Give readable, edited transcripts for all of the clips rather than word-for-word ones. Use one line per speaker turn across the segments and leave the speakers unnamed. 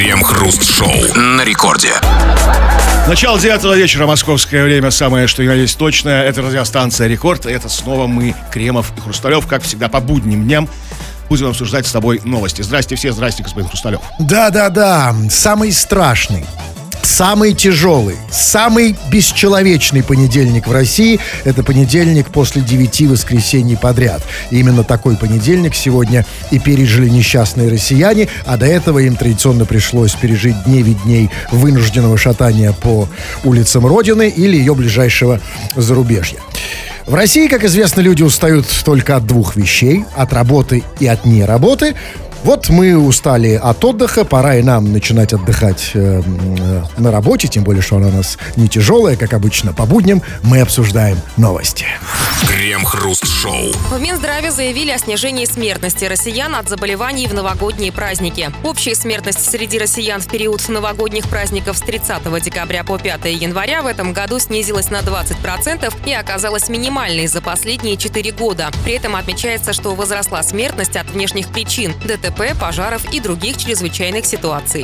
Крем-хруст-шоу на рекорде.
Начало 9 вечера, московское время, самое что ни на есть точное. Это радиостанция «Рекорд». Это снова мы, Кремов и Хрусталев, как всегда, по будним дням будем обсуждать с тобой новости. Здрасте все, здрасте, господин Хрусталев.
Да, самый страшный, самый тяжелый, самый бесчеловечный понедельник в России – это понедельник после 9 воскресений подряд. И именно такой понедельник сегодня и пережили несчастные россияне, а до этого им традиционно пришлось пережить 9 дней вынужденного шатания по улицам Родины или ее ближайшего зарубежья. В России, как известно, люди устают только от двух вещей – от работы и от неработы. Вот мы устали от отдыха, пора и нам начинать отдыхать на работе, тем более, что она у нас не тяжелая, как обычно, по будням мы обсуждаем новости.
Крем-хруст-шоу.
В Минздраве заявили о снижении смертности россиян от заболеваний в новогодние праздники. Общая смертность среди россиян в период новогодних праздников с 30 декабря по 5 января в этом году снизилась на 20% и оказалась минимальной за последние 4 года. При этом отмечается, что возросла смертность от внешних причин – ДТП, пожаров и других чрезвычайных ситуаций.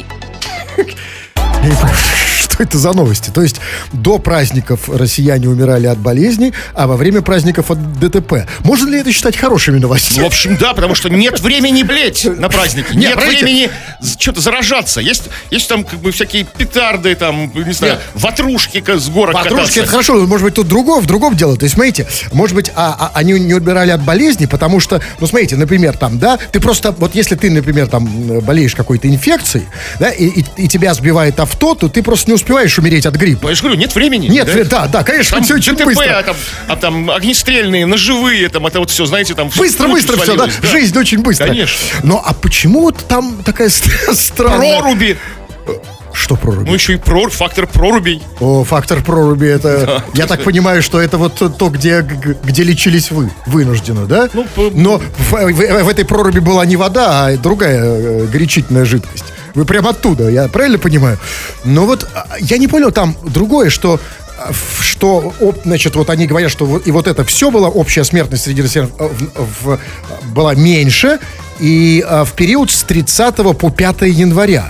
Что это за новости? То есть до праздников россияне умирали от болезней, а во время праздников от ДТП. Можно ли это считать хорошими новостями?
В общем, да, потому что нет времени блеть на праздники. Нет времени что-то заражаться. Есть там как бы всякие петарды, там, не знаю, ватрушки с горок кататься.
Ватрушки, это хорошо, может быть, тут в другом дело. То есть, смотрите, может быть, они не умирали от болезни, потому что, ну, смотрите, например, там, да, ты просто, вот если ты, например, там, болеешь какой-то инфекцией, да, и тебя сбивает авто, то ты просто не успеваешь умереть от гриппа.
Я же говорю, нет времени.
Нет, да, конечно,
там
все очень
ДТП,
быстро.
там огнестрельные, ножевые, там это вот все, знаете, там...
Быстро все, да? Жизнь очень быстро.
Конечно.
Но а почему вот там такая странная...
Проруби.
Что проруби?
Ну, еще и фактор прорубей.
О, фактор проруби, это...
Да,
я так понимаю, что это вот то, где лечились вы, вынужденно, да? Но в этой проруби была не вода, а другая горячительная жидкость. Вы прям оттуда, я правильно понимаю? Но вот я не понял, там другое, что значит, вот они говорят, что и вот это все было, общая смертность среди россиян была меньше, и в период с 30 по 5 января.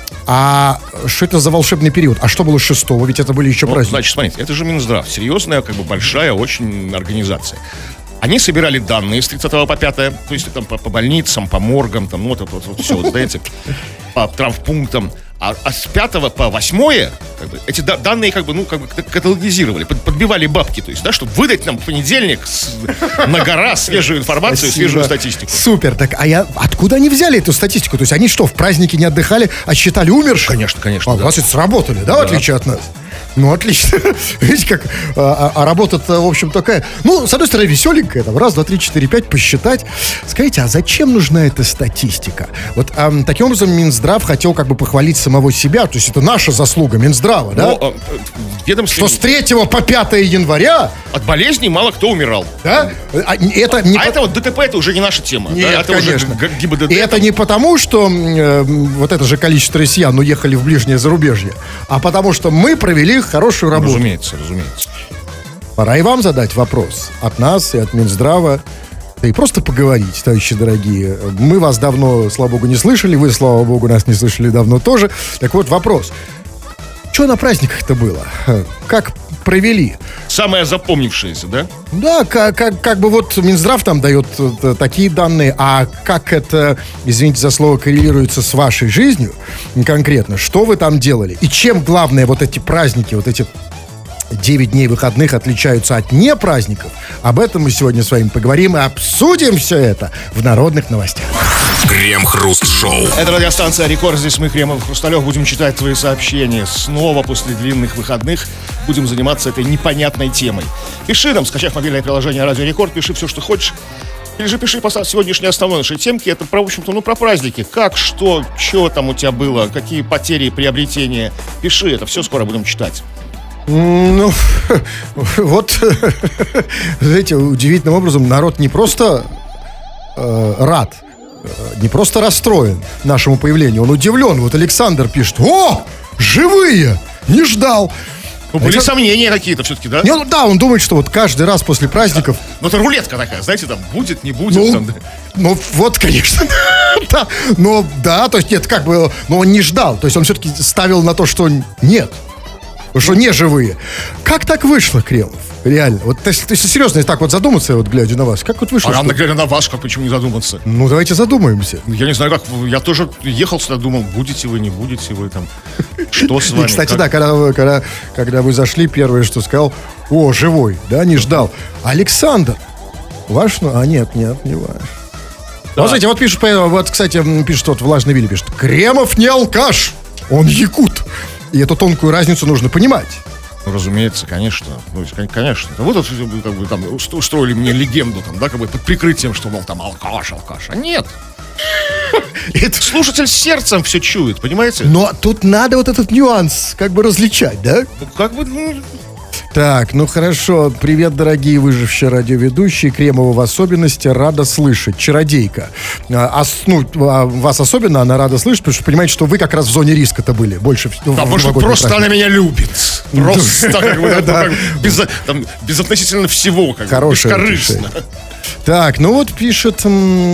А что это за волшебный период? А что было с 6-го? Ведь это были еще праздники.
Значит, смотрите, это же Минздрав. Серьезная, как бы большая очень организация. Они собирали данные с 30 по 5, то есть там по больницам, по моргам, там, ну, вот все, знаете, по травмпунктам. А с 5 по 8 как бы, эти данные как бы каталогизировали, подбивали бабки, то есть, да, чтобы выдать нам в понедельник на гора свежую информацию, свежую статистику.
Супер, так откуда они взяли эту статистику? То есть они что, в праздники не отдыхали, а считали умерших?
Конечно.
А у вас это сработали, да, в отличие от нас? Ну, отлично. Видите, как работа-то, в общем, такая... Ну, с одной стороны, веселенькая, там, 1, 2, 3, 4, 5 посчитать. Скажите, а зачем нужна эта статистика? Вот таким образом Минздрав хотел как бы похвалить самого себя, то есть это наша заслуга Минздрава, да? Что с 3 по 5 января...
От болезней мало кто умирал.
Да?
Это вот ДТП, это уже не наша тема.
Нет,
да? Это
конечно.
Уже ГИБДД.
И это не потому, что вот это же количество россиян уехали в ближнее зарубежье, а потому что мы провели хорошую работу.
Разумеется.
Пора и вам задать вопрос. От нас и от Минздрава. Да и просто поговорить, товарищи дорогие. Мы вас давно, слава богу, не слышали. Вы, слава богу, нас не слышали давно тоже. Так вот, вопрос. Что на праздниках-то было? Как провели?
Самое запомнившееся, да?
Да, как бы вот Минздрав там дает такие данные, а как это, извините за слово, коррелируется с вашей жизнью конкретно? Что вы там делали? И чем, главное, вот эти праздники, вот эти 9 дней выходных отличаются от непраздников? Об этом мы сегодня с вами поговорим и обсудим все это в народных новостях.
Крем-хруст-шоу.
Это радиостанция «Рекорд». Здесь мы, Кремов и Хрусталев, будем читать твои сообщения. Снова после длинных выходных будем заниматься этой непонятной темой. Пиши нам, скачав мобильное приложение «Радио Рекорд», пиши все, что хочешь. Или же пиши по сегодняшней основной нашей темке. Это, в общем-то, про праздники. Как, что там у тебя было, какие потери, приобретения. Пиши, это все скоро будем читать.
Ну, вот, знаете, удивительным образом народ не просто рад, не просто расстроен нашему появлению, он удивлен. Вот Александр пишет: «О, живые! Не ждал!»
Ну, были сомнения какие-то все-таки, да?
Ну, да, он думает, что вот каждый раз после праздников...
Ну, это рулетка такая, знаете, там, будет, не будет. Там, да.
Ну, вот, конечно. Да, но, да, то есть, нет, как бы, но он не ждал. То есть, он все-таки ставил на то, что нет. Что не живые. Как так вышло, Кремов? Реально. Вот, то есть, серьезно, если так вот задуматься, вот глядя на вас, как вот вышло?
А глядя на вас, как почему не задуматься?
Ну, давайте задумаемся.
Я не знаю, как. Я тоже ехал сюда, думал, будете вы, не будете вы там. Что с вами?
И, кстати,
как?
да, когда вы зашли, первое, что сказал, о, живой, да, не ждал. Александр, ваш? Ну, а нет, не ваш. Да. Вот, знаете, вот пишут, вот, кстати, пишут, вот Влажный Вилли пишет, Кремов не алкаш, он якут. И эту тонкую разницу нужно понимать.
Ну, разумеется, конечно. Ну, конечно. Вот как бы, там, устроили мне легенду, там, да, как бы под прикрытием, что, мол, там алкаш. А нет. Это слушатель сердцем все чует, понимаете?
Но тут надо вот этот нюанс как бы различать, да?
Ну, как бы, ну...
Так, ну хорошо. Привет, дорогие выжившие радиоведущие. Кремова в особенности рада слышать. Чародейка. Вас особенно она рада слышать, потому что понимаете, что вы как раз в зоне риска-то были. Больше всего.
Да, может, просто она меня любит. Просто как бы безотносительно всего.
Хорошая.
Бескорыстно.
Так, ну вот пишет,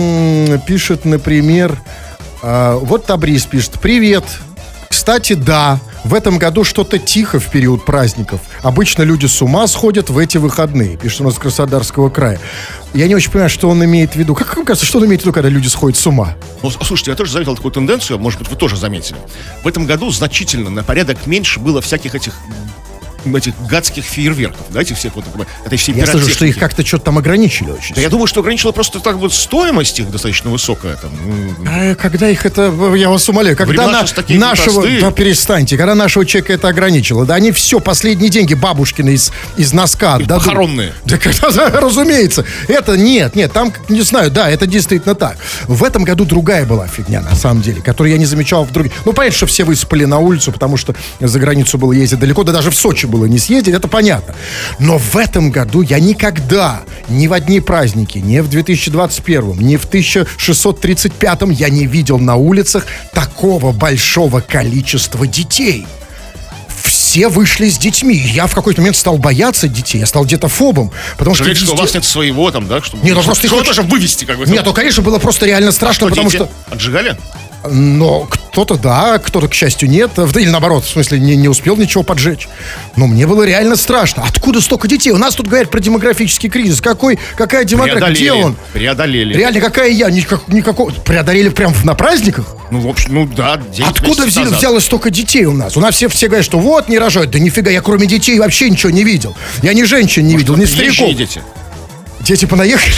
например, вот Табрис пишет. Привет. Кстати, да, в этом году что-то тихо в период праздников. Обычно люди с ума сходят в эти выходные, пишет у нас с Краснодарского края. Я не очень понимаю, что он имеет в виду. Как вам кажется, что он имеет в виду, когда люди сходят с ума?
Ну, слушайте, я тоже заметил такую тенденцию, может быть, вы тоже заметили. В этом году значительно на порядок меньше было всяких этих гадских фейерверков, да, этих всех вот этой всей
пиротехники. Я слышу, что их как-то что-то там ограничили очень.
Да я думаю, что ограничило просто так вот стоимость их достаточно высокая там.
Когда их это, я вас умоляю, когда нашего, да перестаньте, когда нашего человека это ограничило, да они все, последние деньги бабушкины из носка дадут.
Похоронные.
Да, разумеется. Это нет, там, не знаю, да, это действительно так. В этом году другая была фигня, на самом деле, которую я не замечал в других. Ну, понятно, что все высыпали на улицу, потому что за границу было ездить далеко, да даже в Сочи было не съездить, это понятно. Но в этом году я никогда, ни в одни праздники, ни в 2021, ни в 1635 я не видел на улицах такого большого количества детей. Все вышли с детьми. Я в какой-то момент стал бояться детей. Я стал где-то фобом. Потому что
у вас нет своего там, да? Чтобы,
нет, ну просто
их тоже вывести как бы.
Нет, ну, конечно, было просто реально страшно, потому что...
Отжигали?
Но кто-то да, кто-то, к счастью, нет. Или наоборот, в смысле, не успел ничего поджечь. Но мне было реально страшно. Откуда столько детей? У нас тут говорят про демографический кризис. Какая демография? Где он?
Преодолели.
Реально, какая я? Никакого. Преодолели прям на праздниках?
Ну, в общем, ну да.
Откуда взялось столько детей у нас? У нас все говорят, что вот, не рожают. Да нифига, я кроме детей вообще ничего не видел. Я ни женщин не видел, ни стариков.
Дети?
Дети понаехали?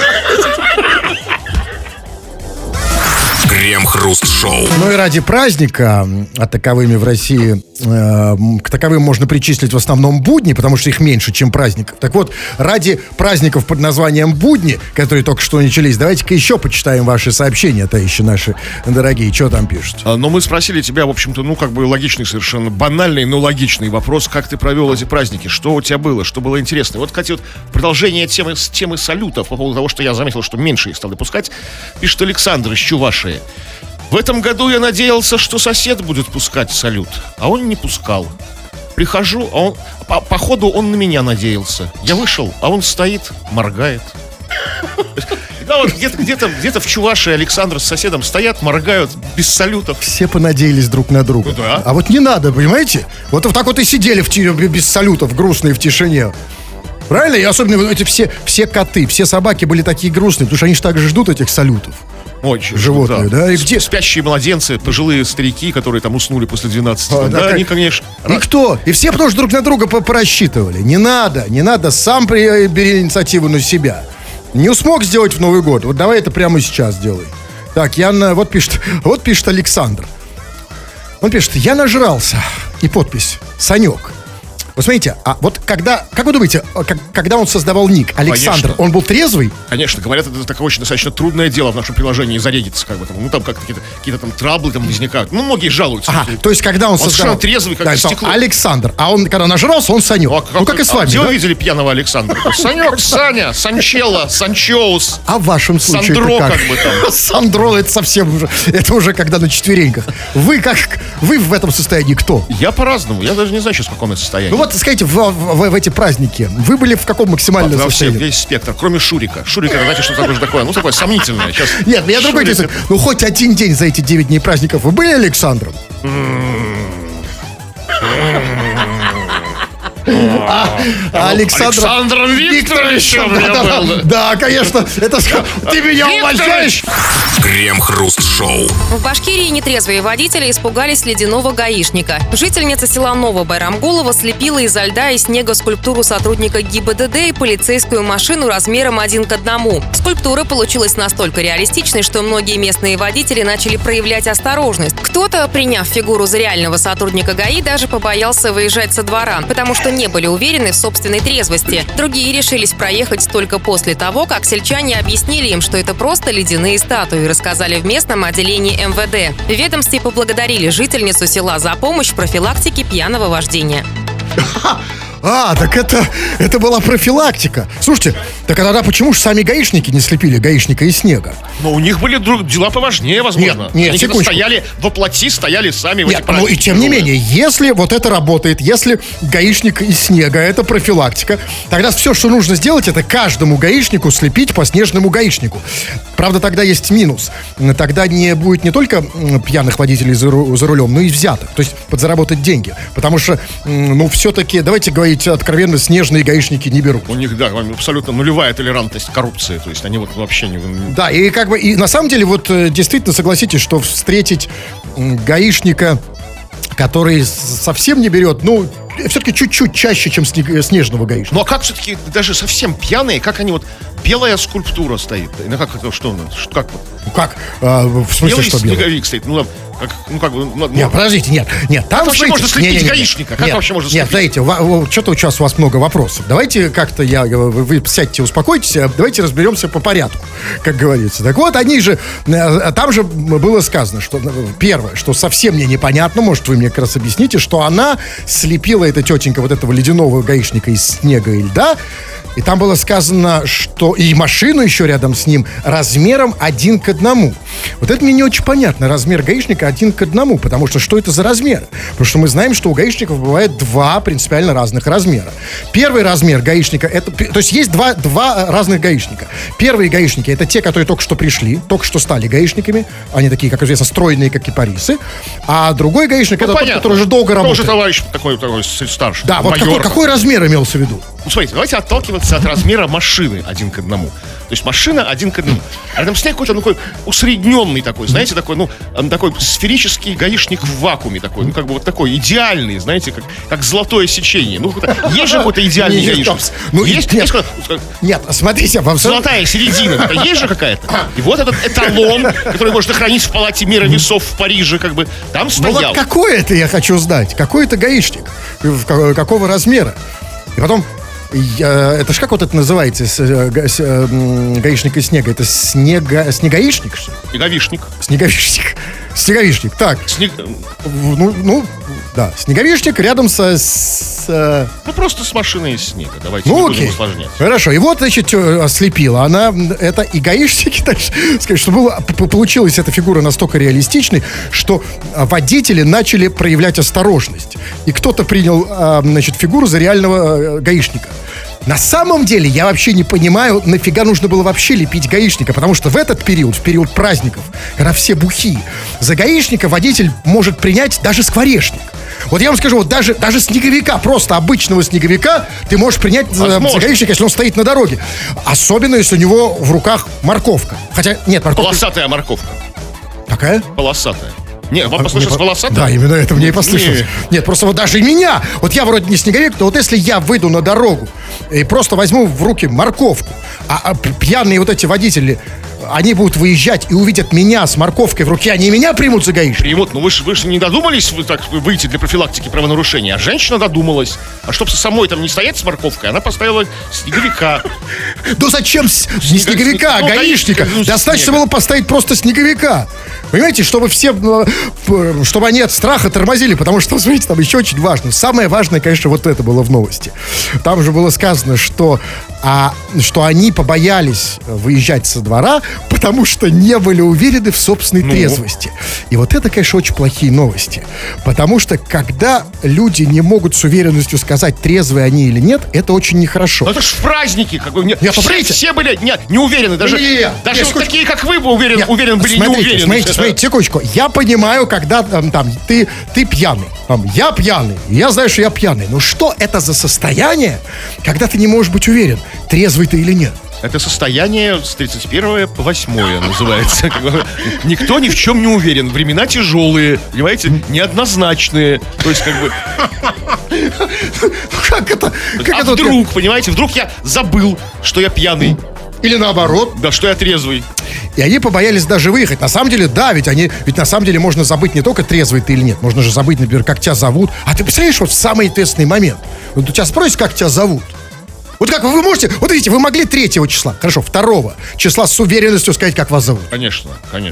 Крем-хруст-шоу.
Ну и ради праздника, а таковыми в России, к таковым можно причислить в основном будни, потому что их меньше, чем праздников. Так вот, ради праздников под названием будни, которые только что начались, давайте-ка еще почитаем ваши сообщения, товарищи наши дорогие. Что там пишут?
Но мы спросили тебя, в общем-то, ну как бы логичный, совершенно банальный, но логичный вопрос. Как ты провел эти праздники? Что у тебя было? Что было интересно? Вот, кстати, вот продолжение темы салютов по поводу того, что я заметил, что меньше их стали пускать, пишет Александр из Чувашии. В этом году я надеялся, что сосед будет пускать салют, а он не пускал. Прихожу, а он, походу он на меня надеялся. Я вышел, а он стоит, моргает. Да, вот где-то в Чувашии Александр с соседом стоят, моргают без салютов.
Все понадеялись друг на друга.
Ну, да.
А вот не надо, понимаете? Вот так вот и сидели без салютов, грустные в тишине. Правильно? И особенно эти все коты, все собаки были такие грустные, потому что они же так же ждут этих салютов.
Очень.
Животные, да?
И где спящие младенцы, пожилые старики, которые там уснули после 12. Они, конечно...
Никто. И все потому что друг на друга порассчитывали. Не надо, сам бери инициативу на себя. Не смог сделать в Новый год. Вот давай это прямо сейчас сделай. Так, вот пишет Александр. Он пишет, я нажрался. И подпись, Санек. Вы смотрите, а вот как вы думаете, когда он создавал ник, Александр, конечно, он был трезвый?
Конечно, говорят, это такое очень достаточно трудное дело в нашем приложении зарегиться, как бы там, ну там как какие-то там траблы там возникают. Ну, многие жалуются.
То есть, когда он создавал...
Он трезвый, как стекло.
Александр, а он, когда нажрался, он Санек. Как и с вами.
Где вы видели пьяного Александра? Санек, Саня, Санчелло, Санчоус.
А в вашем случае
Сандро, как бы там.
Сандро, это совсем уже, это уже когда на четвереньках. Вы в этом состоянии кто?
Я по-разному, я даже не знаю сейчас, в каком я состоянии.
Ну вот, скажите, в эти праздники вы были в каком максимальном
Во всем,
состоянии?
весь спектр, кроме Шурика. Шурик, это значит, что такое, ну, такое сомнительное. Сейчас
Нет, я другой
Шурик-
говорю. Ну, хоть один день за эти 9 дней праздников вы были Александром?
Александром Викторовичем я
Да,
был.
да, конечно. Это ты меня уважаешь?
Крем-хруст-шоу.
В Башкирии нетрезвые водители испугались ледяного гаишника. Жительница села Новобайрамгулова слепила изо льда и снега скульптуру сотрудника ГИБДД и полицейскую машину размером 1 к 1. Скульптура получилась настолько реалистичной, что многие местные водители начали проявлять осторожность. Кто-то, приняв фигуру за реального сотрудника ГАИ, даже побоялся выезжать со двора, потому что не были уверены в собственной трезвости. Другие решились проехать только после того, как сельчане объяснили им, что это просто ледяные статуи, рассказали в местном отделении МВД. В ведомстве поблагодарили жительницу села за помощь в профилактике пьяного вождения.
Так это была профилактика. Слушайте, так а тогда почему же сами гаишники не слепили гаишника из снега?
Но у них были дела поважнее, возможно.
Нет,
Они
секундочку.
стояли воплоти, стояли сами в этих
Нет, ну и тем не менее, если вот это работает, если гаишник из снега, это профилактика, тогда все, что нужно сделать, это каждому гаишнику слепить по снежному гаишнику. Правда, тогда есть минус. Тогда не будет не только пьяных водителей за рулем, но и взятых. То есть подзаработать деньги. Потому что, все-таки, давайте говорить откровенно, снежные гаишники не берут.
У них, да, абсолютно нулевая толерантность к коррупции. То есть они вот вообще не...
Да, и и на самом деле, вот действительно согласитесь, что встретить гаишника, который совсем не берет, все-таки чуть-чуть чаще, чем снежного гаишника.
Ну а как все-таки даже совсем пьяные, как они вот... Белая скульптура стоит. Ну как это, что? Как вот?
Как? В смысле,
Белый
что белый?
снеговик стоит.
Нет, подождите, нет. Там
вообще
смотрите,
можно слепить
не-не-не.
гаишника? Как
Нет,
вообще можно
Нет,
слепить?
знаете, что-то сейчас у вас много вопросов. Давайте как-то вы сядьте, успокойтесь, давайте разберемся по порядку, как говорится. Так вот, они же, там же было сказано, что первое, что совсем мне непонятно, может, вы мне как раз объясните, что она слепила, эта тетенька, вот этого ледяного гаишника из снега и льда, и там было сказано, что и машину еще рядом с ним размером 1 к 1. Вот это мне не очень понятно, размер гаишника 1 к 1, потому что это за размер? Потому что мы знаем, что у гаишников бывает 2 принципиально разных размера. Первый размер гаишника, то есть есть два разных гаишника. Первые гаишники — это те, которые только что пришли, только что стали гаишниками. Они такие, как известно, стройные, как кипарисы. А другой гаишник — это тот, который уже долго работает.
Тоже товарищ такой старший.
Да, вот
майор.
какой размер имелся в виду?
Ну, смотрите, давайте отталкиваться от размера машины 1 к 1. То есть машина 1 к 1. А рядом с ней какой-то такой усредненный такой, знаете, такой, такой сферический гаишник в вакууме такой, вот такой идеальный, знаете, как золотое сечение. Есть же какой-то идеальный гаишник?
Нет, смотрите, вам
золотая середина, есть же какая-то. И вот этот эталон, который можно хранить в палате мира весов в Париже, там стоял.
Вот какой это, я хочу знать. Какой это гаишник? Какого размера? И потом, это ж как вот это называется, гаишник из снега? Это снегаишник, что ли?
Снеговишник.
Снеговишник, так. Да, снеговишник рядом
просто с машиной из снега. Давайте
не
будем
окей.
усложнять.
Хорошо, и вот, значит, слепила она это, и гаишники, так сказать, что получилась эта фигура настолько реалистичной, что водители начали проявлять осторожность. И кто-то принял, значит, фигуру за реального гаишника. На самом деле, я вообще не понимаю, нафига нужно было вообще лепить гаишника, потому что в этот период, в период праздников, когда все бухи, за гаишника водитель может принять даже скворечник. Вот я вам скажу, вот даже снеговика, просто обычного снеговика, ты можешь принять за гаишника, если он стоит на дороге. Особенно, если у него в руках морковка. Хотя, нет, морковка...
Полосатая морковка.
Какая?
Полосатая. Нет, вам послышалось волосатая?
Да, именно это мне и послышалось. Нет, просто вот даже и меня, вот я вроде не снеговик, но вот если я выйду на дорогу и просто возьму в руки морковку, а пьяные вот эти водители, они будут выезжать и увидят меня с морковкой в руке, они меня примут за гаишника?
Примут, вы же не додумались выйти для профилактики правонарушения, а женщина додумалась. А чтобы самой там не стоять с морковкой, она поставила снеговика.
Да зачем не снеговика, а гаишника? Достаточно было поставить просто снеговика. Понимаете, чтобы все, чтобы они от страха тормозили, потому что, смотрите, там еще очень важно. Самое важное, конечно, вот это было в новости. Там же было сказано, что они побоялись выезжать со двора, потому что не были уверены в собственной трезвости. И вот это, конечно, очень плохие новости. Потому что, когда люди не могут с уверенностью сказать, трезвые они или нет, это очень нехорошо.
Ну это ж в праздники, как бы,
посмотрите.
все были не уверены, даже вот такие, как вы, уверены были не уверены.
Смотрите, секундочку. Я понимаю, когда ты пьяный, я пьяный, я знаю, что я пьяный. Но что это за состояние, когда ты не можешь быть уверен, трезвый ты или нет?
Это состояние с 31 по 8 называется. Никто ни в чем не уверен. Времена тяжелые, понимаете, неоднозначные. То есть, как бы...
Как это?
Вдруг, понимаете, вдруг я забыл, что я пьяный.
Или наоборот.
Да, что я трезвый.
И они побоялись даже выехать. На самом деле, да, ведь на самом деле можно забыть не только трезвый ты или нет. Можно же забыть, например, как тебя зовут. А ты представляешь, вот в самый ответственный момент. Вот у тебя спросят, как тебя зовут. Вот как вы можете, вот видите, вы могли 3 числа, хорошо, 2 числа с уверенностью сказать, как вас зовут.
Конечно.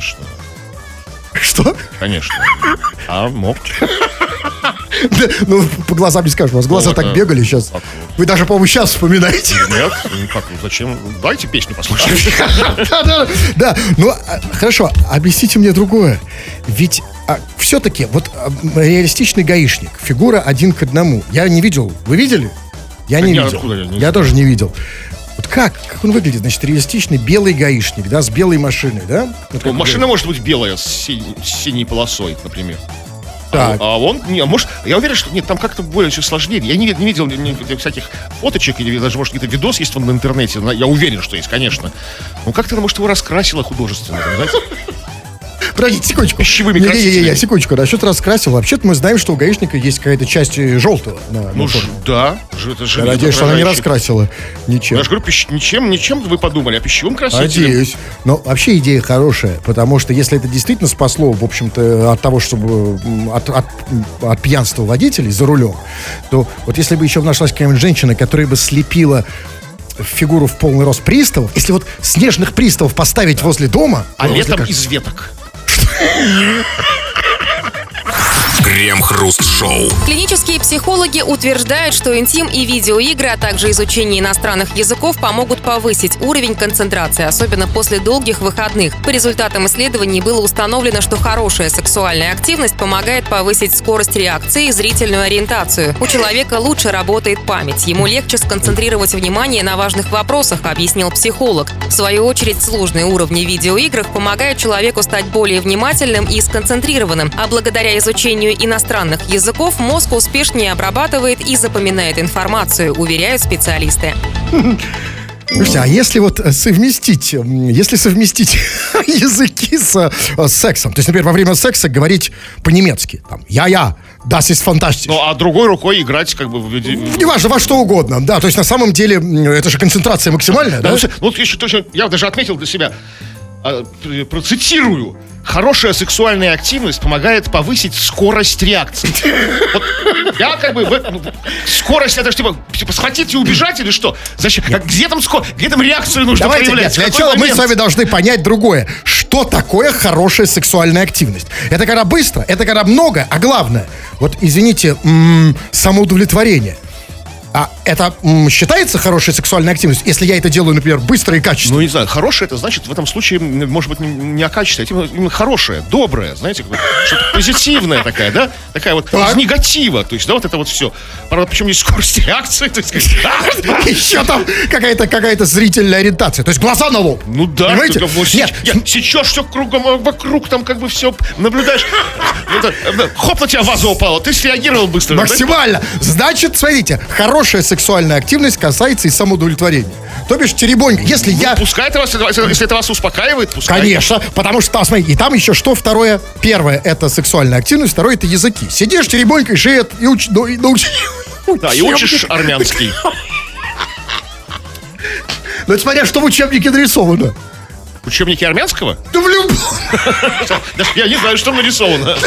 Что?
Конечно. А мог?
Да, ну, по глазам не скажешь, у вас глаза так бегали сейчас. Вы даже, по-моему, сейчас вспоминаете.
Нет, как, зачем? Давайте песню послушаем.
Да, ну, хорошо, объясните мне другое. Ведь все-таки, вот реалистичный гаишник, фигура 1 к 1. Я не видел, вы видели? Я не видел. Я тоже не видел. Вот как он выглядит? Значит, реалистичный белый гаишник, да, с белой машиной, да? Вот
машина может быть белая, с синей полосой, например.
Так.
А он, может, я уверен, что нет, там как-то более все сложнее. Я не видел всяких фоточек, или даже, может, какие-то видос есть в интернете. Я уверен, что есть, конечно. Но как-то, может, его раскрасило художественно, знаете?
Подождите, секундочку.
Пищевыми красителями.
Секундочку. Насчет раскрасил. Вообще-то мы знаем, что у гаишника есть какая-то часть желтого.
Да. Это же
я надеюсь, что она не раскрасила ничем.
Я же говорю, ничем вы подумали, а пищевым красителем.
Надеюсь. Но вообще идея хорошая, потому что если это действительно спасло, в общем-то, от того, чтобы от пьянства водителей за рулем, то вот если бы еще нашлась какая-нибудь женщина, которая бы слепила фигуру в полный рост приставов, если вот снежных приставов поставить возле дома...
А летом из веток.
Крем-хруст-шоу.
Клинические психологи утверждают, что интим и видеоигры, а также изучение иностранных языков помогут повысить уровень концентрации, особенно после долгих выходных. По результатам исследований было установлено, что хорошая сексуальная активность помогает повысить скорость реакции и зрительную ориентацию. У человека лучше работает память, ему легче сконцентрировать внимание на важных вопросах, объяснил психолог. В свою очередь, сложные уровни в видеоиграх помогают человеку стать более внимательным и сконцентрированным, а благодаря изучению иностранных языков мозг успешнее обрабатывает и запоминает информацию, уверяют специалисты.
Слушайте, а если вот совместить языки с сексом, то есть, например, во время секса говорить по-немецки, там, das ist fantastisch.
Ну, а другой рукой играть, как бы...
Неважно, во что угодно, да, то есть, на самом деле, это же концентрация максимальная, да?
Ну, еще точно, я даже отметил для себя, процитирую: хорошая сексуальная активность помогает повысить скорость реакции. Вот я как бы... скорость, это же типа схватить и убежать или что? Зачем? Где там реакцию нужно проявлять?
Для начала мы с вами должны понять другое. Что такое хорошая сексуальная активность? Это когда быстро, это когда много, а главное, вот, извините, самоудовлетворение. А это считается хорошей сексуальной активностью, если я это делаю, например, быстро и качественно?
Ну, не знаю, хорошее, это значит в этом случае, может быть, не о качестве, а именно хорошее, доброе, знаете, что-то позитивное такая, да? Такая вот из негатива, то есть, да, вот это вот все. Правда, причем есть скорость реакции, то есть...
Еще там какая-то зрительная ориентация, то есть глаза на лоб.
Ну да,
понимаете?
Нет, сечешь все кругом, вокруг, там как бы все наблюдаешь. Хоп, на тебя ваза упала, ты среагировал быстро.
Максимально. Значит, смотрите, хорошая сексуальная активность касается и самоудовлетворения. То бишь, теребонька, если я...
Пускай это вас, если это вас успокаивает, пускай.
Конечно, потому что, смотри, и там еще что второе? Первое — это сексуальная активность, второе — это языки. Сидишь, теребонькой, шеет и учишь.
Да, и учишь армянский.
Ну, это смотря, что в учебнике нарисовано.
Учебники армянского?
Да в любом.
Я не знаю, что нарисовано.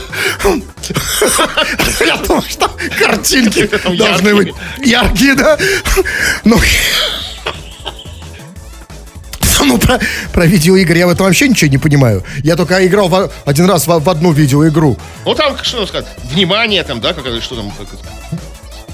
Я думаю, что картинки должны быть яркие, да? Ну, про видеоигры я в этом вообще ничего не понимаю. Я только играл один раз в одну видеоигру.
Ну, там, что сказать, внимание там, да, что там...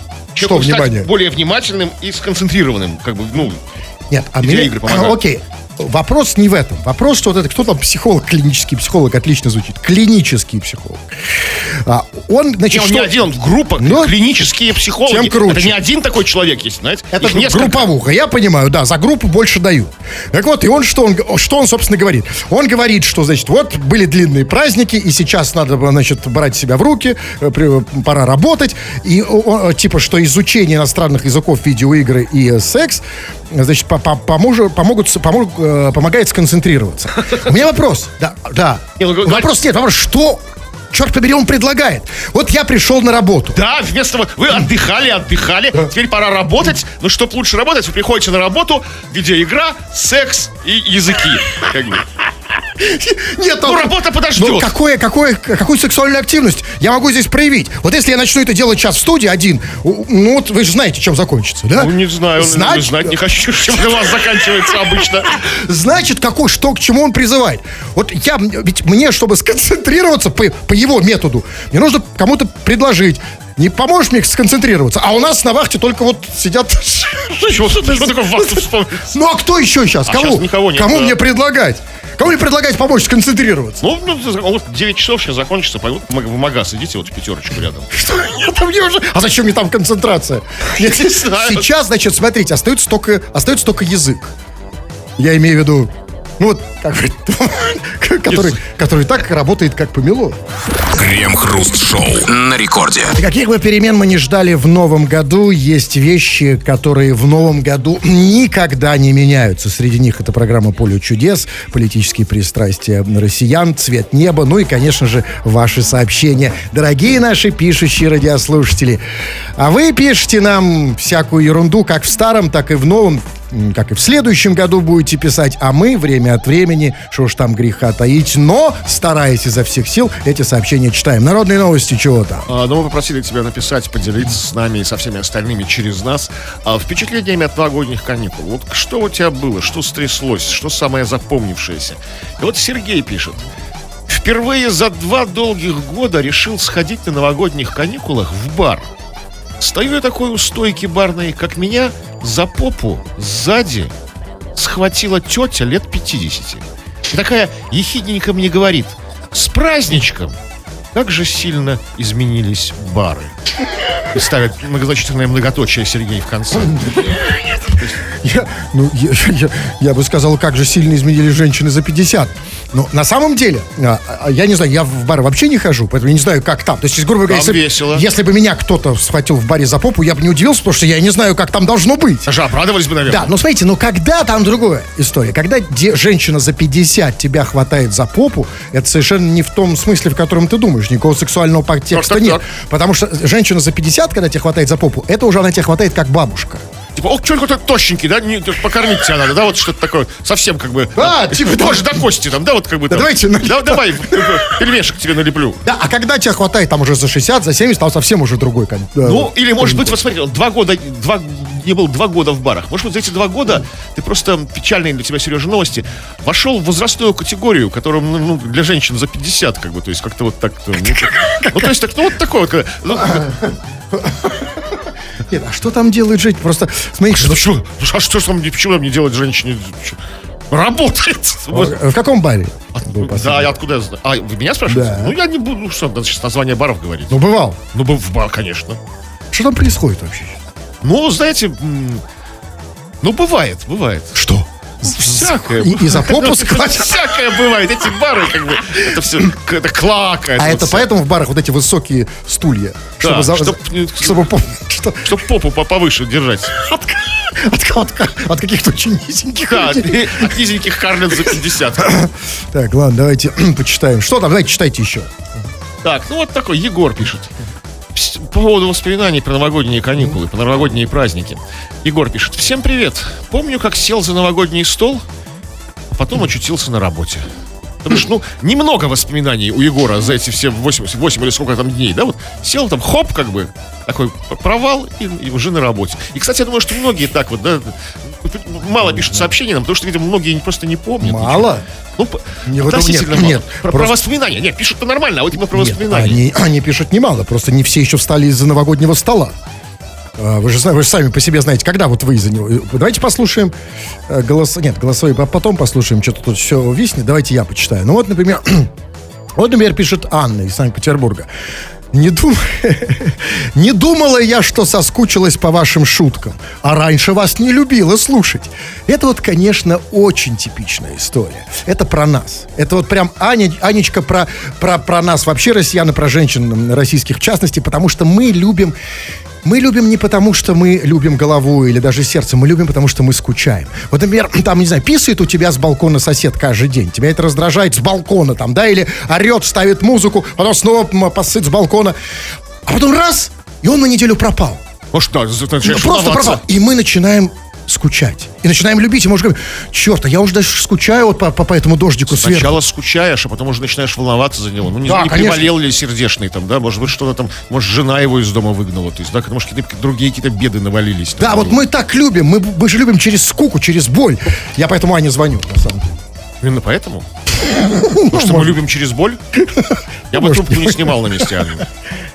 Что внимание?
Более внимательным и сконцентрированным, как бы, ну...
Нет, а мне...
Видеоигры помогают.
Окей. вопрос не в этом. Вопрос, что вот это, кто там психолог, клинический психолог, отлично звучит. Клинический психолог. Он, значит,
Он
что...
не один, группа, клинические психологи.
Тем круче.
Это не один такой человек есть, знаете?
Это
Их несколько.
групповуха, я понимаю, да, за группу больше дают. Так вот, и он, что он, собственно, говорит? Он говорит, что, значит, вот были длинные праздники, и сейчас надо, значит, брать себя в руки, пора работать, и типа, что изучение иностранных языков, видеоигры и секс, значит, помогает сконцентрироваться. У меня вопрос, да. Вопрос, что... Черт побери, он предлагает. Вот я пришел на работу.
Да, вместо вот вы отдыхали, теперь пора работать. Но чтобы лучше работать, вы приходите на работу, видеоигра, секс и языки.
Нет,
работа подождет.
Ну, какую сексуальную активность я могу здесь проявить? Вот если я начну это делать сейчас в студии один, ну вот вы же знаете, чем закончится, да?
Ну, не знаю, знать не хочу, чем для вас заканчивается обычно.
Значит, к чему он призывает? Вот ведь мне, чтобы сконцентрироваться по его методу, мне нужно кому-то предложить. Не поможешь мне сконцентрироваться? А у нас на вахте только вот сидят...
Что такое вахту вспомнить?
Ну, а кто еще сейчас?
Сейчас никого нет.
Кому мне предлагать? Кому мне предлагать помочь сконцентрироваться?
Ну, вот 9 часов сейчас закончится, пойдут в магаз, идите вот в пятерочку рядом.
Что? Мне уже... А зачем мне там концентрация? Сейчас, значит, смотрите, остается только язык. Я имею в виду... Ну вот, который так работает, как помело.
Крем-хруст-шоу на рекорде.
Каких бы перемен мы не ждали в новом году, есть вещи, которые в новом году никогда не меняются. Среди них это программа «Поле чудес», политические пристрастия россиян, цвет неба, ну и, конечно же, ваши сообщения. Дорогие наши пишущие радиослушатели, а вы пишете нам всякую ерунду, как в старом, так и в новом, как и в следующем году будете писать, а мы время от времени, что ж там греха таить, но, стараясь изо всех сил, эти сообщения читаем. Народные новости, чего там?
Ну, мы попросили тебя написать, поделиться с нами и со всеми остальными через нас впечатлениями от новогодних каникул. Вот что у тебя было, что стряслось, что самое запомнившееся? И вот Сергей пишет. Впервые за 2 долгих года решил сходить на новогодних каникулах в бар. Стою я такой у стойки барной, как меня за попу сзади схватила тетя лет 50. И такая ехидненько мне говорит: с праздничком! Как же сильно изменились бары. И ставят многозначительное многоточие Сергей в конце.
Я бы сказал, как же сильно изменились женщины за 50. Но на самом деле, я не знаю, я в бар вообще не хожу, поэтому я не знаю, как там. То есть, грубо говоря, если бы меня кто-то схватил в баре за попу, я бы не удивился, потому что я не знаю, как там должно быть.
Даже обрадовались бы, наверное.
Да, но смотрите, когда там другая история. Когда женщина за 50 тебя хватает за попу, это совершенно не в том смысле, в котором ты думаешь. Никакого сексуального подтекста нет. Потому что женщина за 50, когда тебя хватает за попу, это уже она тебя хватает как бабушка.
Типа, что какой-то тощенький, да? Покормить тебя надо, да? Вот что-то такое, совсем как бы...
типа...
Тоже до кости там, да? Вот как бы там...
Давайте...
Давай, пельмешек тебе налеплю.
Да, а когда тебя хватает там уже за 60, за 70, там совсем уже другой...
Ну, или может быть, вот смотри, 2 года в барах. Может быть, за эти 2 года ты просто, печальные для тебя, Сережа, новости, вошел в возрастную категорию, которая, для женщин за 50, как бы, то есть как-то вот так... Ну, то есть, вот такое вот...
Нет, а что там делает женщина? Просто, смотри,
что там, почему не делать женщине? Работает.
В каком баре?
Да, я откуда я знаю? Вы меня спрашиваете? Да. Ну, я не буду, надо сейчас название баров говорить.
Ну, бывал.
Ну, в бар, конечно.
Что там происходит вообще?
Ну, знаете, бывает. Что?
Всякое. И за попу схватят.
Всякое бывает. Эти бары, как бы, это все, это клака.
Это поэтому в барах вот эти высокие стулья. Чтобы
попу повыше держать.
От каких-то очень низеньких людей.
От низеньких карлиц за 50.
Так, ладно, давайте почитаем. Что там? Давайте читайте еще.
Так, вот такой Егор пишет. По поводу воспоминаний про новогодние каникулы, про новогодние праздники. Егор пишет: всем привет. Помню, как сел за новогодний стол, а потом очутился на работе. Потому что, немного воспоминаний у Егора за эти все 8 или сколько там дней, да, вот сел там, хоп, как бы, такой провал и уже на работе. И, кстати, я думаю, что многие так вот, да, мало пишут сообщений нам, потому что, видимо, многие просто не помнят.
Мало?
Относительно мало. Про воспоминания. Нет, пишут-то нормально, а вот именно про воспоминания.
Они пишут немало, просто не все еще встали из-за новогоднего стола. Вы же сами по себе знаете, когда вот вы из-за него. Давайте послушаем голосовой потом послушаем, что-то тут все виснет. Давайте я почитаю. Ну вот, например, пишет Анна из Санкт-Петербурга. Не думала я, что соскучилась по вашим шуткам, а раньше вас не любила слушать. Это вот, конечно, очень типичная история. Это про нас. Это вот прям Анечка про нас вообще, россиян, и про женщин российских в частности, потому что мы любим не потому, что мы любим голову или даже сердце, мы любим, потому что мы скучаем. Вот, например, там, не знаю, писает у тебя с балкона сосед каждый день, тебя это раздражает с балкона там, да, или орет, ставит музыку, потом снова посыт с балкона, а потом раз, и он на неделю пропал.
Может, да,
Просто пропал. И мы начинаем скучать. И начинаем любить, и можешь говорить, черт, а я уже даже скучаю вот по этому дождику сверху.
Сначала скучаешь, а потом уже начинаешь волноваться за него. Ну, не приболел ли сердечный там, да? Может быть, что-то там, может, жена его из дома выгнала. То есть, да, может, какие-то другие беды навалились.
Да, вот мы так любим. Мы же любим через скуку, через боль. Я поэтому Ане звоню, на самом деле.
Именно поэтому? Потому что мы любим через боль? Я бы трубку не снимал на месте Анны.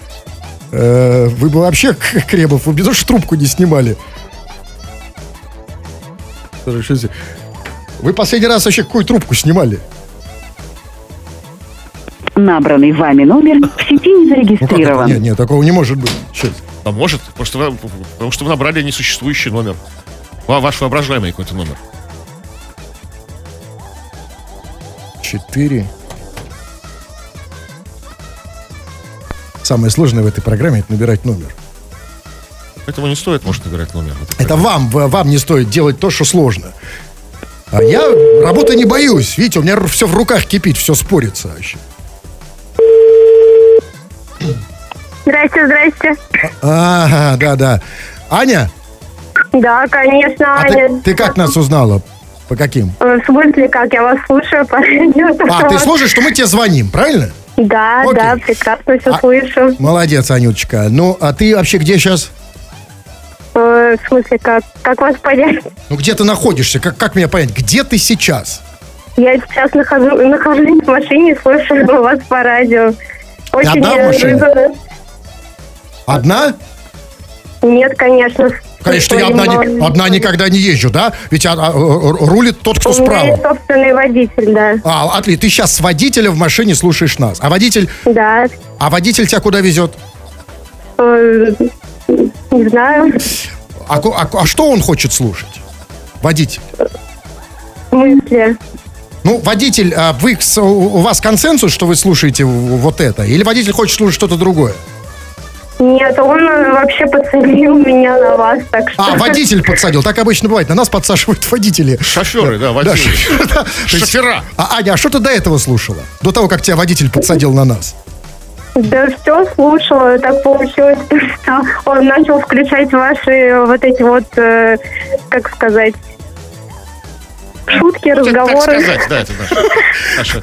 Вы бы вообще, Кребов, вы без того, что трубку не снимали. Вы последний раз вообще какую трубку снимали?
Набранный вами номер в сети не зарегистрирован.
Нет, такого не может быть. Сейчас.
А может, потому что вы набрали несуществующий номер. Ваш воображаемый какой-то номер.
4. Самое сложное в этой программе — это набирать номер.
Поэтому не стоит, может, набирать номер.
Это вам не стоит делать то, что сложно. А я работы не боюсь. Видите, у меня все в руках кипит, все спорится вообще.
Здрасте.
Ага, да. Аня?
Да, конечно, Аня.
Ты как нас узнала? По каким?
В смысле, как? Я вас слушаю по радио.
Ты слушаешь, что мы тебе звоним, правильно?
Да,
Окей.
да, прекрасно все слышу.
Молодец, Анюточка. Ну, а ты вообще где сейчас?
В смысле, как вас понять?
Ну, где ты находишься? Как меня понять? Где ты сейчас?
Я сейчас нахожусь в машине, слушаю вас по радио. Очень
одна в машине?
неожиданно.
Одна?
Нет, конечно.
Конечно, я одна никогда не езжу, да? Ведь рулит тот, кто
У меня
справа.
есть собственный водитель, да.
Отлично. Ты сейчас с водителем в машине слушаешь нас. А водитель тебя куда везет?
Не знаю.
А что он хочет слушать? Водитель.
В смысле?
Ну, водитель, у вас консенсус, что вы слушаете вот это? Или водитель хочет слушать что-то другое?
Нет, он вообще подсадил меня на вас, так что...
Водитель подсадил. Так обычно бывает. На нас подсаживают водители.
Шоферы, да, водители. Шофера.
Аня, а что ты до этого слушала? До того, как тебя водитель подсадил на нас?
Да все слушала, так получилось, что он начал включать ваши вот эти вот, как сказать, шутки, разговоры.
Так сказать, да, это наша.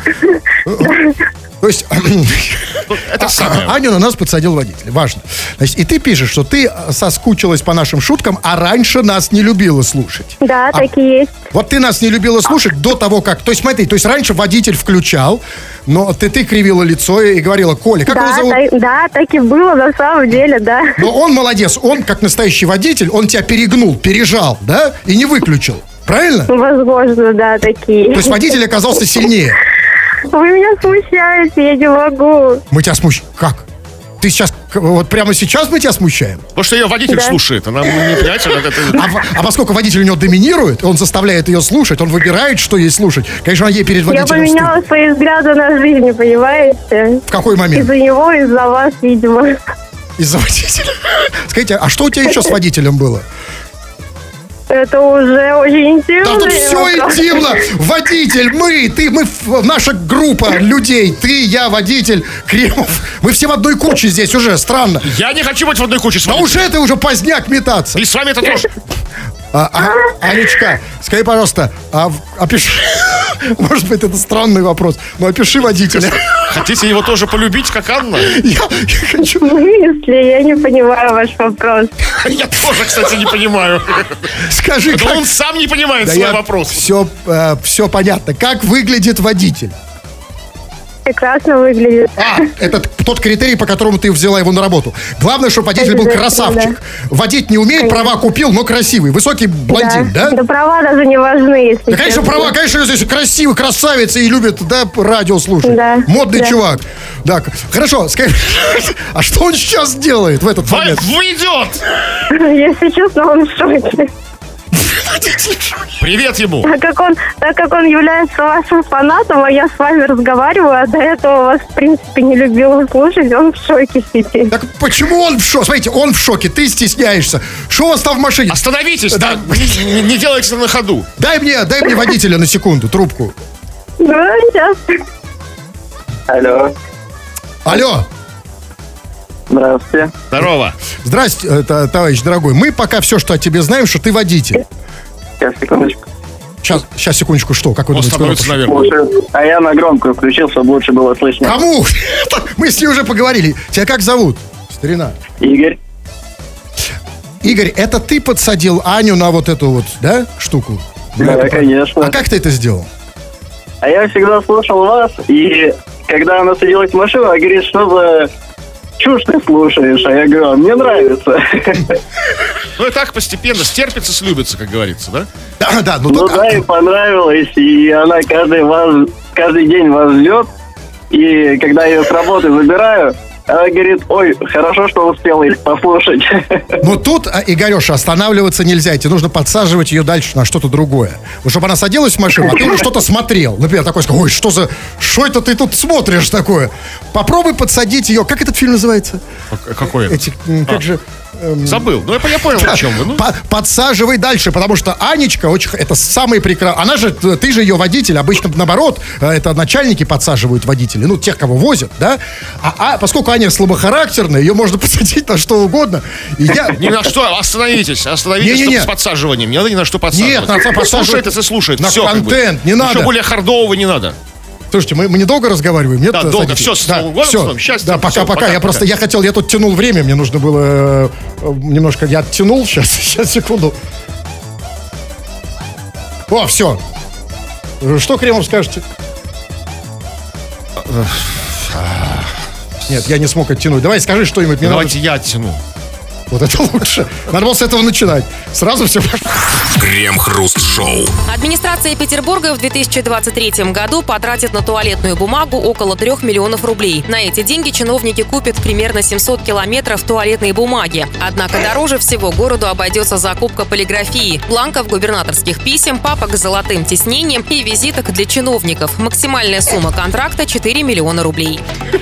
То есть,
Это самое.
Аню на нас подсадил водитель. Важно. Значит, и ты пишешь, что ты соскучилась по нашим шуткам, а раньше нас не любила слушать.
Да, так и есть.
Вот ты нас не любила слушать до того, как... То есть, смотри, раньше водитель включал, но ты кривила лицо и говорила: Коля, как его зовут?
Да, так и было на самом деле, да.
Но он молодец, он, как настоящий водитель, он тебя перегнул, пережал, да? И не выключил. Правильно?
Возможно, да, такие.
То есть водитель оказался сильнее.
Вы меня смущаете, я не могу.
Мы тебя смущаем. Как? Ты сейчас, вот прямо сейчас мы тебя смущаем?
Потому что ее водитель слушает. Она не понимаете,
А поскольку водитель у него доминирует, он заставляет ее слушать, он выбирает, что ей слушать. Конечно, ей перед водителем
Я поменяла свои взгляды на жизнь, понимаете?
В какой момент?
Из-за него, из-за вас, видимо.
Из-за водителя. Скажите, а что у тебя еще с водителем было?
Это уже очень интимно.
Да тут все интимно. Водитель, мы, наша группа людей. Ты, я, водитель, Кремов. Мы все в одной куче здесь уже, странно.
Я не хочу быть в одной куче с
А
вами.
уже ты уже поздняк метаться.
И с вами это тоже.
Анечка, скажи, пожалуйста, опиши. Может быть, это странный вопрос, но опиши водителя.
Хотите его тоже полюбить, как Анна?
Я хочу.
В смысле? Я не понимаю ваш вопрос.
Я тоже, кстати, не понимаю.
Скажи,
Это
как...
он сам не понимает свой вопрос.
Все понятно. Как выглядит водитель?
прекрасно выглядит.
Это тот критерий, по которому ты взяла его на работу. Главное, чтобы водитель был красавчик. Водить не умеет, права купил, но красивый. Высокий блондин, да?
Да права даже не важны, если
Да, конечно,
честно.
права, конечно, здесь красивый, красавица и любит, да, радио слушать.
Да,
Модный
да.
чувак. Да, хорошо, скажи, а что он сейчас делает в этот момент?
Выйдет!
Если честно, он в шоке.
Привет ему!
Так как он является вашим фанатом, а я с вами разговариваю, а до этого вас, в принципе, не любил слушать, он в шоке сидит.
Так почему он в шоке? Смотрите, он в шоке, ты стесняешься. Что у вас там в машине?
Остановитесь,
Да.
не делайте это на ходу.
Дай мне водителя на секунду, трубку.
Да, сейчас.
Алло,
Алло.
здравствуйте.
Здорово.
Здрасте, товарищ дорогой. Мы пока все, что о тебе знаем, что ты водитель.
Сейчас, секундочку.
Сейчас, секундочку, что? Как вы
Он
думаете?
становится,
куда
наверное.
Слушаю. А я на громкую включил, чтобы лучше было слышно.
Кому? Мы с ней уже поговорили. Тебя как зовут, старина?
Игорь.
Игорь, это ты подсадил Аню на вот эту вот, да, штуку?
Да, конечно.
А как ты это сделал?
А я всегда слушал вас, и когда она садилась в машину, она говорит, что за чушь ты слушаешь? А я говорю, мне нравится.
Ну и так постепенно стерпится, слюбится, как говорится, да?
Да,
Ну да, и понравилось, и она каждый день вас ждет, и когда я ее с работы забираю, она говорит, ой, хорошо, что успела их послушать.
Но тут, Игореша, останавливаться нельзя. Тебе нужно подсаживать ее дальше на что-то другое. Вот чтобы она садилась в машину, а ты уже что-то смотрел. Например, такой, ой, что это ты тут смотришь такое? Попробуй подсадить ее. Как этот фильм называется?
Какой это?
Как же...
Забыл. Ну, я понял, о чем вы. Ну,
Подсаживай дальше, потому что Анечка это самый прекрасный. Она же, ты же ее водитель. Обычно наоборот, это начальники подсаживают водителей, ну, тех, кого возят, да? Поскольку Аня слабохарактерная, ее можно посадить на что угодно. И я...
ни на что, остановитесь,
Не-не-не.
с подсаживанием. Не надо ни на что подсаживать.
Нет, надо подсаживать
Слушает, если слушает.
на
Все,
контент, не надо.
Ничего более хардового не надо.
Слушайте, мы недолго разговариваем, нет?
Да, долго.
Садитесь?
Все, с Новым годом, с новым счастьем.
Да, пока.
Все,
Я тут тянул время, мне нужно было немножко, я оттянул, сейчас, секунду. О, все. Что, Кремов, скажете? Нет, я не смог оттянуть. Давай скажи что-нибудь. Мне
Давайте я оттяну.
Вот это лучше. Надо было с этого начинать. Сразу все.
Крем-хруст-шоу.
Администрация Петербурга в 2023 году потратит на туалетную бумагу около 3 миллионов рублей. На эти деньги чиновники купят примерно 700 километров туалетной бумаги. Однако дороже всего городу обойдется закупка полиграфии, бланков губернаторских писем, папок с золотым тиснением и визиток для чиновников. Максимальная сумма контракта – 4 миллиона рублей.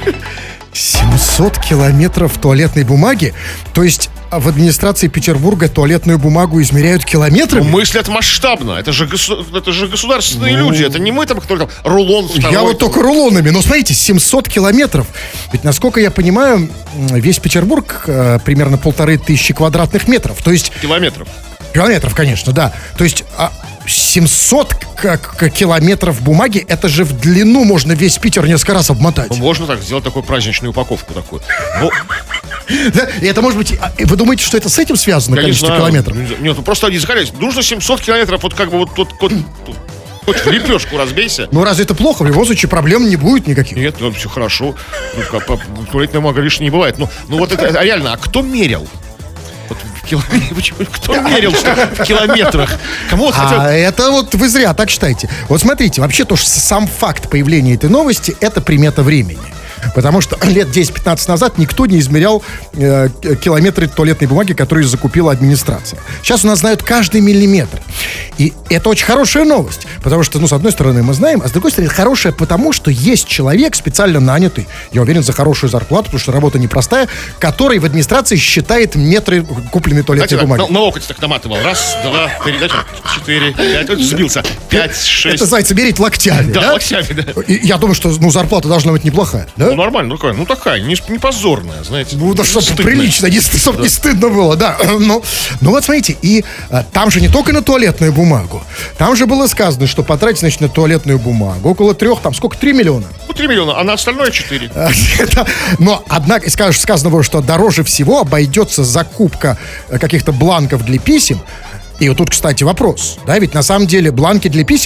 700 километров туалетной бумаги? То есть в администрации Петербурга туалетную бумагу измеряют километрами?
Мыслят масштабно. Это же государственные люди. Это не мы там, кто там рулон второй.
Я вот только рулонами. Но смотрите, 700 километров. Ведь, насколько я понимаю, весь Петербург примерно 1500 квадратных метров. То есть...
Километров.
Километров, конечно, да. То есть 700 километров бумаги, это же в длину можно весь Питер несколько раз обмотать.
Ну, можно так сделать такую праздничную упаковку такую. Ну,
Да? И это может быть... Вы думаете, что это с этим связано,
я не
количество
знаю.
километров?
Нет, ну просто они сказали, нужно 700 километров, вот как бы вот тут... Хоть в лепешку разбейся.
Ну, разве это плохо? В любом случае проблем не будет никаких.
Нет, ну, все хорошо. Туалетная бумага лишней не бывает. Ну вот это реально, а кто мерил? Вот кто мерил в километрах? Кому вот хотел...
Это вот вы зря так считаете. Вот смотрите, вообще то, что сам факт появления этой новости, это примета времени. Потому что лет 10-15 назад никто не измерял километры туалетной бумаги, которые закупила администрация. Сейчас у нас знают каждый миллиметр. И это очень хорошая новость. Потому что, ну, с одной стороны, мы знаем, а с другой стороны, хорошая потому, что есть человек, специально нанятый, я уверен, за хорошую зарплату, потому что работа непростая, который в администрации считает метры купленной туалетной бумаги.
На локоть так наматывал. Раз, два, три, 4, 5. Вот сбился. 5, 6.
Это, называется, мерить локтями, да?
Да, локтями, да.
И я думаю, что, ну, зарплата должна быть неплохая, да?
Ну, нормально, такая, не позорная, знаете.
Ну, да, чтобы
стыдная.
прилично, чтобы не стыдно было, да. Ну вот смотрите, и там же не только на туалетную бумагу. Там же было сказано, что потратить, значит, на туалетную бумагу около 3, там сколько, 3 миллиона?
Ну, 3 миллиона, а на остальное 4.
Но, однако, сказано было, что дороже всего обойдется закупка каких-то бланков для писем. И вот тут, кстати, вопрос, да, ведь на самом деле бланки для писем,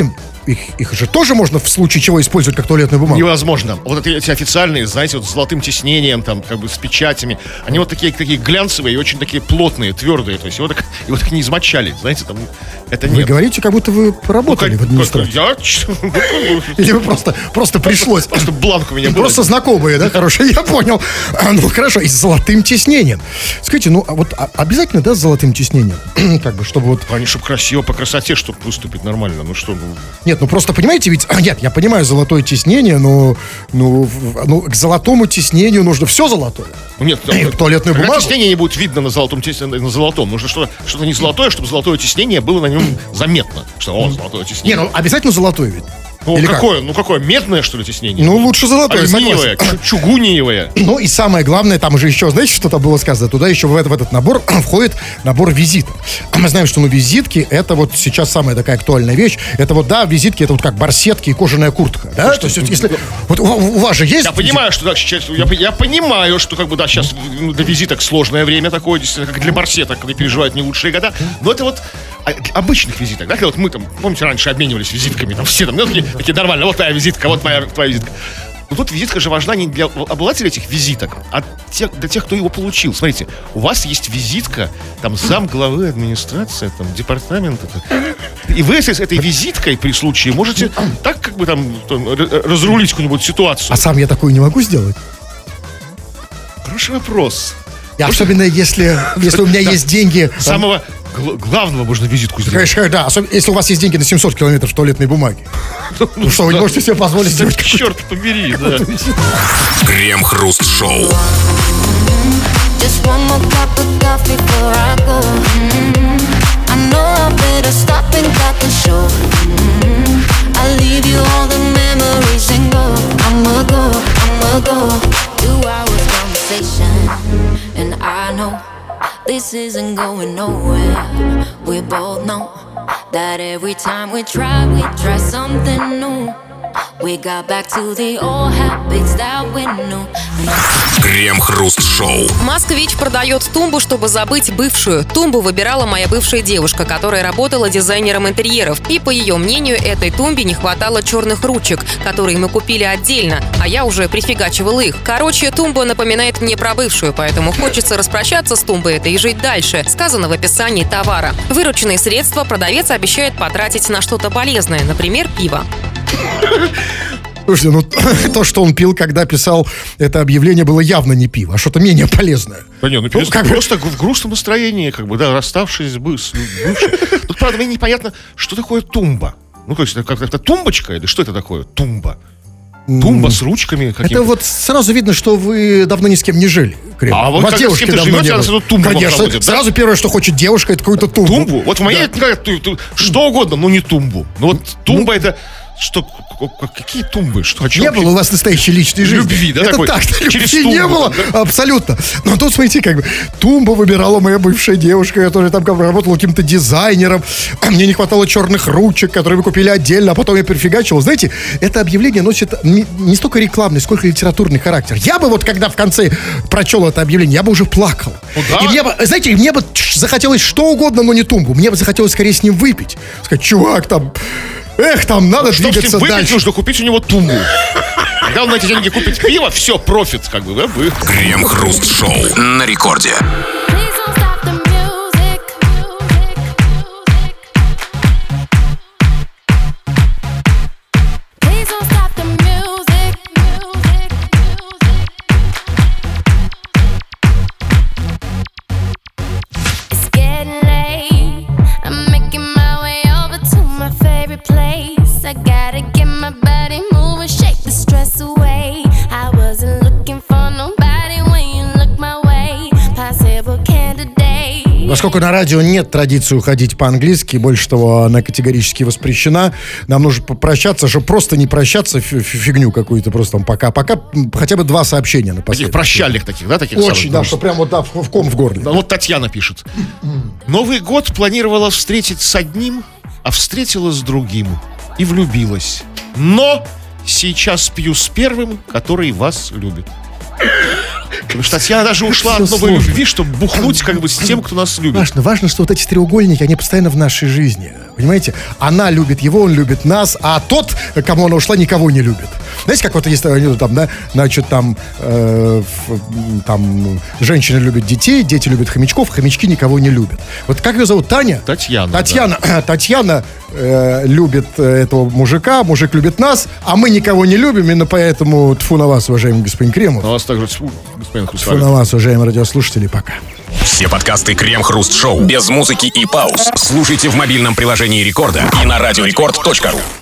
их же тоже можно в случае чего использовать как туалетную бумагу.
Невозможно. Вот эти официальные, знаете, вот с золотым тиснением, там, как бы с печатями, они вот такие глянцевые и очень такие плотные, твердые. То есть его так не измочали, знаете, там, это
Вы
нет.
говорите, как будто вы поработали в администрации. Или вы просто пришлось.
Просто бланк у меня был.
Просто знакомые, да, хорошие, я понял. Ну, хорошо, и с золотым тиснением. Скажите, ну, а вот обязательно, да, с золотым тиснением? Как бы, чтобы вот...
Они, чтобы красиво, по красоте, чтобы выступить нормально. Ну, что...
Нет, ну, просто, понимаете, ведь... Нет, я понимаю золотое тиснение, но к золотому тиснению нужно все золотое.
Нет,
туалетную
когда
бумагу.
тиснение не будет видно на золотом, на золотом. Нужно что-то не золотое, чтобы золотое тиснение было на нем заметно. Что, золотое тиснение.
Не, ну, обязательно золотое ведь.
Ну,
Или
какое? Ну, какое? Медное, что ли, тиснение?
Ну, лучше золотое,
алюминиевое,
согласен.
чугуниевое.
Ну и самое главное, там уже еще, знаете, что там было сказано? Туда еще в этот набор входит набор визиток. А мы знаем, что визитки это вот сейчас самая такая актуальная вещь. Это вот, да, визитки, это вот как барсетки и кожаная куртка. Да? То есть, если. Вот у вас же есть.
Я понимаю, что да, сейчас, я понимаю, что как бы да, сейчас для визиток сложное время такое, действительно, как для барсеток, когда переживают не лучшие года. Но это вот обычных визиток, да, когда вот мы там, помните, раньше обменивались визитками, там все там, ну, такие нормально, вот твоя визитка, вот твоя визитка. Но тут визитка же важна не для обладателя этих визиток, а для тех, кто его получил. Смотрите, у вас есть визитка, там, замглавы администрации, там, департамента. И вы с этой визиткой при случае можете так, как бы там разрулить какую-нибудь ситуацию.
А сам я такую не могу сделать?
Хороший вопрос.
И особенно если у меня есть деньги.
Самого главного можно визитку сделать.
Конечно, да, особенно если у вас есть деньги на 700 километров туалетной бумаги. Ну что, вы не можете себе позволить сделать какую-то...
Черт побери, да.
Крем-хруст-шоу.
Just one more cup of coffee before I go. I know I better stop and cut the show. I leave you all the memories and go. I'ma go. 2 hours conversation, and I know this isn't going nowhere. We both know that every time we try something new. We got back to the old habits that we knew.
Крем-хруст-шоу.
Москвич продает тумбу, чтобы забыть бывшую. Тумбу выбирала моя бывшая девушка, которая работала дизайнером интерьеров. И, по ее мнению, этой тумбе не хватало черных ручек, которые мы купили отдельно, а я уже прифигачивала их. Короче, тумба напоминает мне про бывшую, поэтому хочется распрощаться с тумбой этой и жить дальше, сказано в описании товара. Вырученные средства продавец обещает потратить на что-то полезное, например, пиво.
Слушайте, ну то, что он пил, когда писал это объявление, было явно не пиво, а что-то менее полезное.
Да нет, просто в грустном настроении, как бы, да, расставшись с бывшим. Тут, правда, мне непонятно, что такое тумба. Ну, то есть, это тумбочка или что это такое? Тумба. Тумба с ручками какими-то.
Это вот сразу видно, что вы давно ни с кем не жили. Крем.
А вот когда с кем-то живете, она сразу тумбу
Конечно,
проводит, да?
сразу первое, что хочет девушка, это какую-то тумбу.
Тумбу? Вот в моей что угодно, но не тумбу. Ну вот тумба это... Что, какие тумбы? Что, о чем
не было у вас настоящей личной жизни.
Любви, да?
Это
такой,
так,
через
любви
тумбу,
не было,
да?
Абсолютно. Но тут, смотрите, как бы, тумбу выбирала моя бывшая девушка, которая там как бы работала каким-то дизайнером. А мне не хватало черных ручек, которые мы купили отдельно, а потом я перефигачивал. Знаете, это объявление носит не столько рекламный, сколько литературный характер. Я бы вот, когда в конце прочел это объявление, я бы уже плакал.
Ну, да?
И мне бы, знаете, мне бы захотелось что угодно, но не тумбу. Мне бы захотелось скорее с ним выпить. Сказать, чувак, там... Эх, там надо
чтобы
двигаться
с ним выпить,
дальше.
нужно купить у него тумбу. Когда он на эти деньги купит пиво, все, профит, как бы, да?
Крем-хруст-шоу на рекорде.
I gotta get my body moving, shake the stress away. I wasn't looking for nobody when you look my way. Possible candidate.
Поскольку на радио нет традиции уходить по-английски, больше того, она категорически воспрещена, нам нужно попрощаться, чтобы просто не прощаться, фигню какую-то, просто там пока-пока, хотя бы 2 сообщения напоследок.
Таких прощальных таких, да? Таких
Очень,
самых,
да, что прям вот да, в ком в горле.
Да, вот Татьяна пишет. Новый год планировала встретить с одним, а встретила с другим. И влюбилась. Но сейчас пью с первым, который вас любит. Потому что Татьяна даже ушла от новой любви, чтобы бухнуть как бы с тем, кто нас любит.
Важно, что вот эти треугольники, они постоянно в нашей жизни. Понимаете? Она любит его, он любит нас, а тот, кому она ушла, никого не любит. Знаете, как вот есть там, да, значит, там женщины любят детей, дети любят хомячков, хомячки никого не любят. Вот как ее зовут? Таня?
Татьяна.
Татьяна любит этого мужика, мужик любит нас, а мы никого не любим, именно поэтому тьфу на вас, уважаемый господин Кремов.
На вас также тьфу, господин
Тьфу
Хрусталев.
на вас, уважаемые радиослушатели, пока.
Все подкасты Крем-Хруст Шоу без музыки и пауз слушайте в мобильном приложении Рекорда и на радиорекорд.ру.